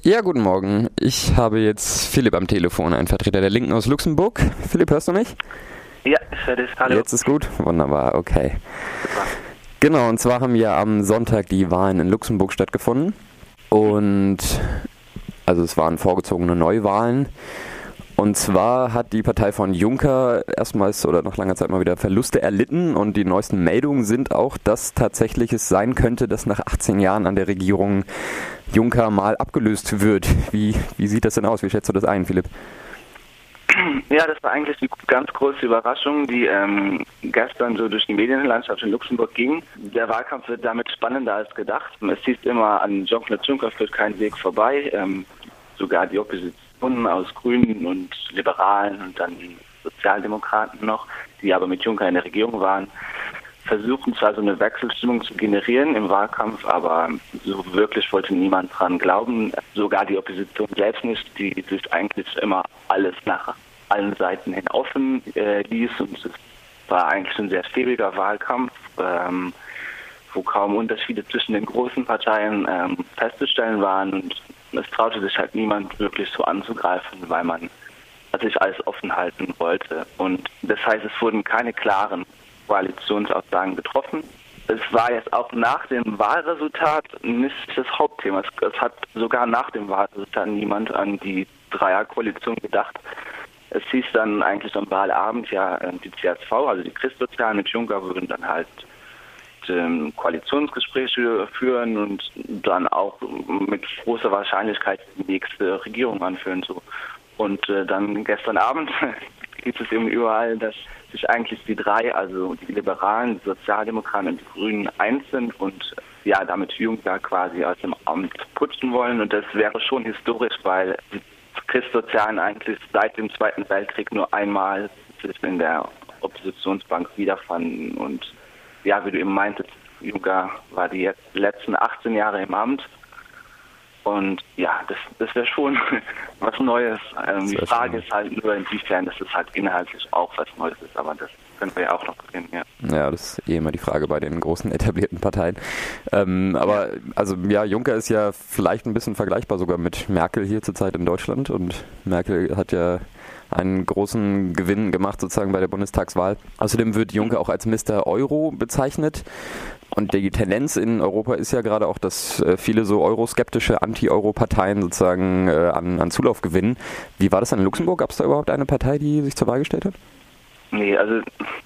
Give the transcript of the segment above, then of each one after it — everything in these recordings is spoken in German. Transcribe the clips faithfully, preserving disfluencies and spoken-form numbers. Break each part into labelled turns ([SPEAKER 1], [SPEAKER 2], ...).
[SPEAKER 1] Ja, guten Morgen. Ich habe jetzt Philipp am Telefon, ein Vertreter der Linken aus Luxemburg. Philipp, hörst du mich?
[SPEAKER 2] Ja, ich höre dich. Hallo.
[SPEAKER 1] Jetzt ist gut? Wunderbar, okay.
[SPEAKER 2] Super.
[SPEAKER 1] Genau, und zwar haben ja am Sonntag die Wahlen in Luxemburg stattgefunden. Und, also es waren vorgezogene Neuwahlen. Und zwar hat die Partei von Juncker erstmals oder nach langer Zeit mal wieder Verluste erlitten. Und die neuesten Meldungen sind auch, dass tatsächlich es sein könnte, dass nach achtzehn Jahren an der Regierung Juncker mal abgelöst wird. Wie, wie sieht das denn aus? Wie schätzt du das ein, Philipp?
[SPEAKER 2] Ja, das war eigentlich eine ganz große Überraschung, die ähm, gestern so durch die Medienlandschaft in Luxemburg ging. Der Wahlkampf wird damit spannender als gedacht. Es hieß immer, an Jean-Claude Juncker führt kein Weg vorbei. Ähm, sogar die Opposition aus Grünen und Liberalen und dann die Sozialdemokraten noch, die aber mit Juncker in der Regierung waren, versuchen zwar so eine Wechselstimmung zu generieren im Wahlkampf, aber so wirklich wollte niemand dran glauben. Sogar die Opposition selbst nicht, die sich eigentlich immer alles nach allen Seiten hin offen äh, ließ. Und es war eigentlich ein sehr schwieriger Wahlkampf, ähm, wo kaum Unterschiede zwischen den großen Parteien ähm, festzustellen waren. Und es traute sich halt niemand wirklich so anzugreifen, weil man sich alles offen halten wollte. Und das heißt, es wurden keine klaren Koalitionsaussagen getroffen. Es war jetzt auch nach dem Wahlresultat nicht das Hauptthema. Es, es hat sogar nach dem Wahlresultat niemand an die Dreierkoalition gedacht. Es hieß dann eigentlich am Wahlabend, ja, die C S V, also die Christsozialen mit Juncker, würden dann halt ähm, Koalitionsgespräche führen und dann auch mit großer Wahrscheinlichkeit die nächste Regierung anführen. So. Und äh, dann gestern Abend gibt es eben überall, dass sich eigentlich die drei, also die Liberalen, die Sozialdemokraten und die Grünen eins sind und ja, damit Juncker quasi aus dem Amt putzen wollen. Und das wäre schon historisch, weil die Christsozialen eigentlich seit dem Zweiten Weltkrieg nur einmal sich in der Oppositionsbank wiederfanden. Und ja, wie du eben meintest, Juncker war die jetzt letzten achtzehn Jahre im Amt. Und ja, das, das wäre schon was Neues. Ähm, die Frage schön. Ist halt nur, inwiefern das ist halt inhaltlich auch was Neues ist, aber das können wir ja auch noch sehen, ja.
[SPEAKER 1] Ja, das ist eh immer die Frage bei den großen etablierten Parteien. Ähm, aber also ja, Juncker ist ja vielleicht ein bisschen vergleichbar sogar mit Merkel hier zurzeit in Deutschland und Merkel hat ja einen großen Gewinn gemacht sozusagen bei der Bundestagswahl. Außerdem wird Juncker auch als Mister Euro bezeichnet. Und die Tendenz in Europa ist ja gerade auch, dass viele so euroskeptische Anti-Euro-Parteien sozusagen äh, an, an Zulauf gewinnen. Wie war das dann in Luxemburg? Gab es da überhaupt eine Partei, die sich zur Wahl gestellt hat?
[SPEAKER 2] Nee, also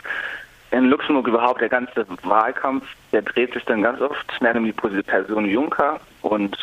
[SPEAKER 2] in Luxemburg überhaupt der ganze Wahlkampf, der dreht sich dann ganz oft schnell um die Person Juncker. Und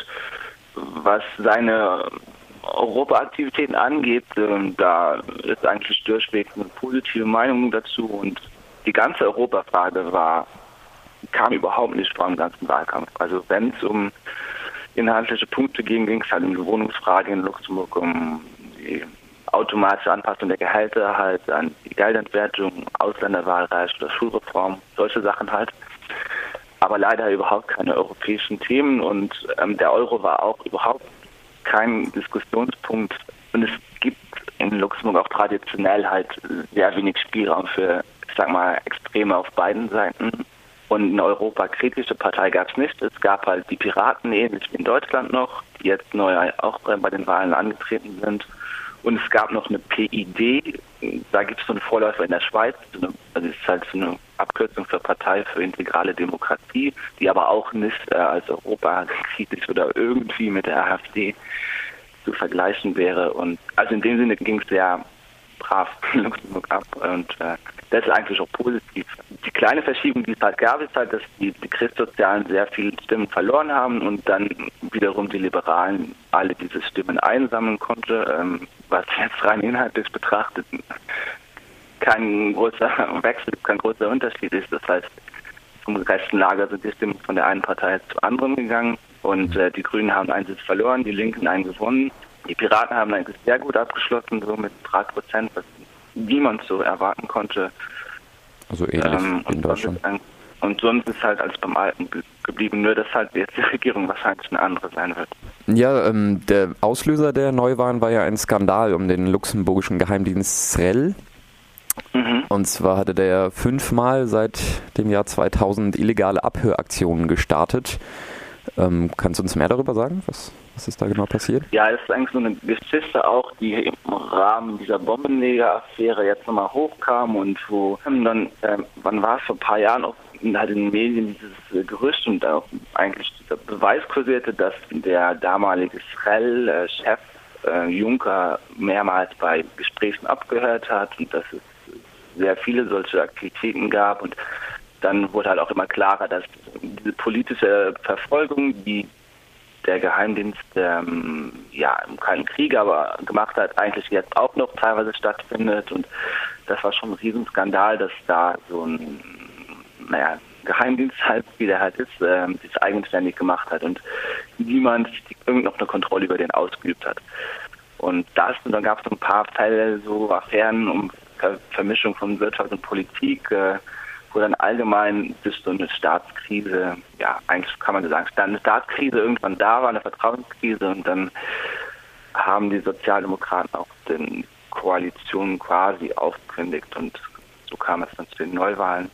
[SPEAKER 2] was seine Europa-Aktivitäten angeht, äh, da ist eigentlich durchweg eine positive Meinung dazu. Und die ganze Europafrage war kam überhaupt nicht vor im ganzen Wahlkampf. Also wenn es um inhaltliche Punkte ging, ging es halt um die Wohnungsfrage in Luxemburg, um die automatische Anpassung der Gehälter, halt an die Geldentwertung, Ausländerwahlrecht oder Schulreform, solche Sachen halt. Aber leider überhaupt keine europäischen Themen und ähm, der Euro war auch überhaupt kein Diskussionspunkt. Und es gibt in Luxemburg auch traditionell halt sehr wenig Spielraum für, ich sag mal, Extreme auf beiden Seiten. Und eine europakritische Partei gab es nicht. Es gab halt die Piraten, ähnlich wie in Deutschland noch, die jetzt neu auch bei den Wahlen angetreten sind. Und es gab noch eine P I D, da gibt es so einen Vorläufer in der Schweiz, also es ist halt so eine Abkürzung für Partei für integrale Demokratie, die aber auch nicht äh, als europakritisch oder irgendwie mit der AfD zu vergleichen wäre. Und also in dem Sinne ging es sehr brav in Luxemburg ab und äh, das ist eigentlich auch positiv. Die kleine Verschiebung, die es halt gab, ist halt, dass die, die Christsozialen sehr viele Stimmen verloren haben und dann wiederum die Liberalen alle diese Stimmen einsammeln konnte, ähm, was jetzt rein inhaltlich betrachtet kein großer Wechsel, kein großer Unterschied ist. Das heißt, vom rechten Lager sind die Stimmen von der einen Partei zur anderen gegangen und äh, die Grünen haben einen Sitz verloren, die Linken einen gewonnen. Die Piraten haben eigentlich sehr gut abgeschlossen, so mit drei Prozent, was niemand so erwarten konnte.
[SPEAKER 1] Also ähnlich ähm, in Deutschland.
[SPEAKER 2] Ein, und sonst ist halt alles beim Alten geblieben, nur dass halt jetzt die Regierung wahrscheinlich eine andere sein wird.
[SPEAKER 1] Ja, ähm, der Auslöser der Neuwahlen war ja ein Skandal um den luxemburgischen Geheimdienst S R E L. Mhm. Und zwar hatte der ja fünfmal seit dem Jahr zweitausend illegale Abhöraktionen gestartet. Ähm, kannst du uns mehr darüber sagen, was, Was ist da genau passiert?
[SPEAKER 2] Ja, es ist eigentlich so eine Geschichte auch, die im Rahmen dieser Bombenleger-Affäre jetzt nochmal hochkam und wo dann, äh, wann war es, vor ein paar Jahren auch halt in den Medien dieses Gerücht und auch eigentlich dieser Beweis kursierte, dass der damalige Israel-Chef äh, Juncker mehrmals bei Gesprächen abgehört hat und dass es sehr viele solche Aktivitäten gab. Und dann wurde halt auch immer klarer, dass diese politische Verfolgung, die der Geheimdienst ähm, ja im Kalten Krieg aber gemacht hat, eigentlich jetzt auch noch teilweise stattfindet. Und das war schon ein Riesenskandal, dass da so ein naja, Geheimdienst halt, wie der halt ist, äh, sich eigenständig gemacht hat und niemand irgend noch eine Kontrolle über den ausgeübt hat. Und das, und dann gab es so ein paar Fälle, so Affären um Ver- Vermischung von Wirtschaft und Politik, äh, wo dann allgemein bis so eine Staatskrise, ja, eigentlich kann man so sagen, eine Staatskrise irgendwann da war, eine Vertrauenskrise, und dann haben die Sozialdemokraten auch den Koalitionen quasi aufgekündigt und so kam es dann zu den Neuwahlen.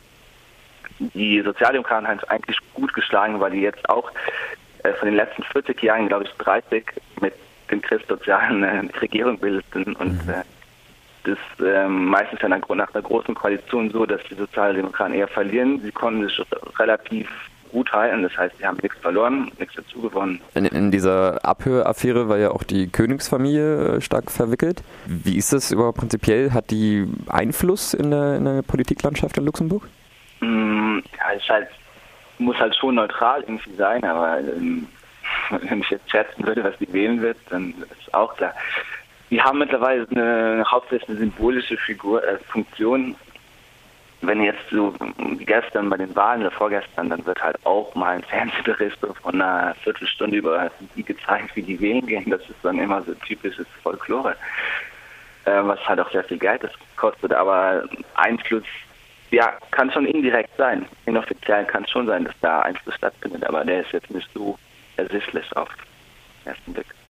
[SPEAKER 2] Die Sozialdemokraten haben es eigentlich gut geschlagen, weil die jetzt auch äh, von den letzten vierzig Jahren, glaube ich, dreißig mit den christsozialen äh, Regierung bildeten und äh, das äh, meistens ja nach einer großen Koalition so, dass die Sozialdemokraten eher verlieren. Sie konnten sich relativ gut halten, das heißt, sie haben nichts verloren, nichts dazu gewonnen.
[SPEAKER 1] In, in dieser Abhöraffäre war ja auch die Königsfamilie stark verwickelt. Wie ist das überhaupt prinzipiell? Hat die Einfluss in der, in der Politiklandschaft in Luxemburg?
[SPEAKER 2] Mm, ja, es halt, muss halt schon neutral irgendwie sein, aber ähm, wenn ich jetzt schätzen würde, was die wählen wird, dann ist auch klar. Die haben mittlerweile eine hauptsächlich eine symbolische Figur, äh, Funktion. Wenn jetzt so wie gestern bei den Wahlen oder vorgestern, dann wird halt auch mal ein Fernsehbericht so von einer Viertelstunde über die gezeigt, wie die wählen gehen. Das ist dann immer so typisches Folklore, äh, was halt auch sehr viel Geld das kostet. Aber Einfluss, ja, kann schon indirekt sein. Inoffiziell kann es schon sein, dass da Einfluss stattfindet, aber der ist jetzt nicht so ersichtlich auf den ersten Blick.